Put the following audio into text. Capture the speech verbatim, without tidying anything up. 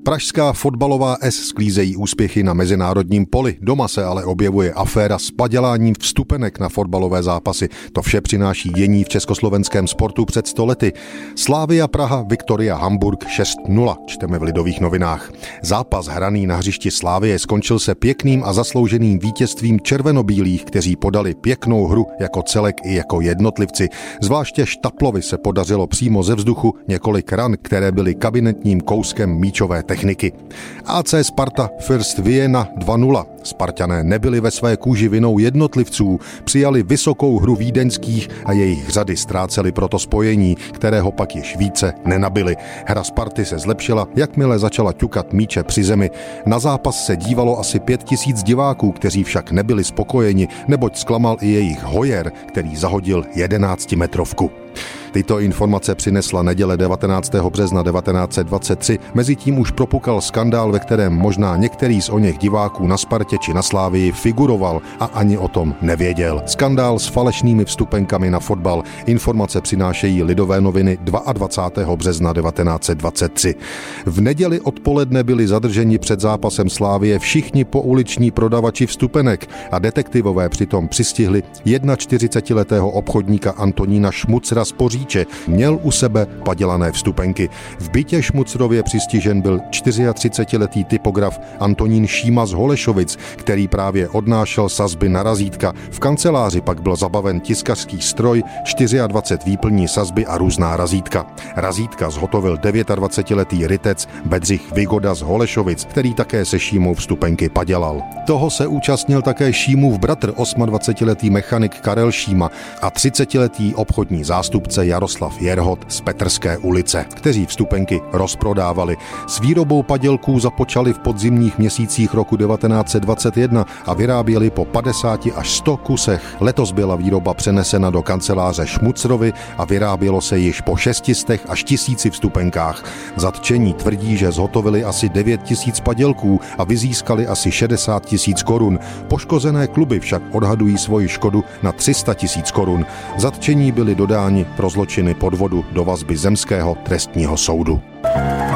Pražská fotbalová S sklízejí úspěchy na mezinárodním poli. Doma se ale objevuje aféra s paděláním vstupenek na fotbalové zápasy. To vše přináší dění v československém sportu před sto lety. Slavia Praha, Viktoria Hamburg šest nula, čteme v Lidových novinách. Zápas hraný na hřišti Slavie skončil se pěkným a zaslouženým vítězstvím červenobílých, kteří podali pěknou hru jako celek i jako jednotlivci. Zvláště Štaplovi se podařilo přímo ze vzduchu několik ran, které byly kabinetním kouskem míčové techniky. A C Sparta First Vienna dva nula. Spartané nebyli ve své kůži vinou jednotlivců, přijali vysokou hru vídeňských a jejich řady ztrácely proto spojení, kterého pak již více nenabili. Hra Sparty se zlepšila, jakmile začala ťukat míče při zemi. Na zápas se dívalo asi pět tisíc diváků, kteří však nebyli spokojeni, neboť zklamal i jejich Hoyer, který zahodil jedenáctimetrovku. Tyto informace přinesla neděle devatenáctého března devatenáct set dvacet tři. Mezitím už propukal skandál, ve kterém možná některý z oněch diváků na Spartě či na Slavii figuroval a ani o tom nevěděl. Skandál s falešnými vstupenkami na fotbal. Informace přinášejí Lidové noviny dvacátého druhého března devatenáct set dvacet tři. V neděli odpoledne byli zadrženi před zápasem Slavie všichni pouliční prodavači vstupenek a detektivové přitom přistihli čtyřicetiletého obchodníka Antonína Šmucra z Poříče. Měl u sebe padělané vstupenky. V bytě Šmucrově přistižen byl třicetičtyřletý typograf Antonín Šíma z Holešovic, který právě odnášel sazby na razítka. V kanceláři pak byl zabaven tiskařský stroj, dvacet čtyři výplní sazby a různá razítka. Razítka zhotovil dvacetidevětiletý rytec Bedřich Vygoda z Holešovic, který také se Šímou vstupenky padělal. Toho se účastnil také Šímův bratr, dvacetiosmiletý mechanik Karel Šíma a třicetiletý obchodní zástupce Jaroslav Jerhot z Petrské ulice, kteří vstupenky rozprodávali. S výrobou padělků započali v podzimních měsících roku devatenáct set dvacet jedna a vyráběli po padesáti až sto kusech. Letos byla výroba přenesena do kanceláře Šmucrovi a vyrábělo se již po šestistech až tisíci vstupenkách. Zatčení tvrdí, že zhotovili asi devět tisíc padělků a vyzískali asi šedesát tisíc korun. Poškozené kluby však odhadují svoji škodu na tři sta tisíc korun. Zatčení byli dodáni pro zločiny podvodu do vazby Zemského trestního soudu.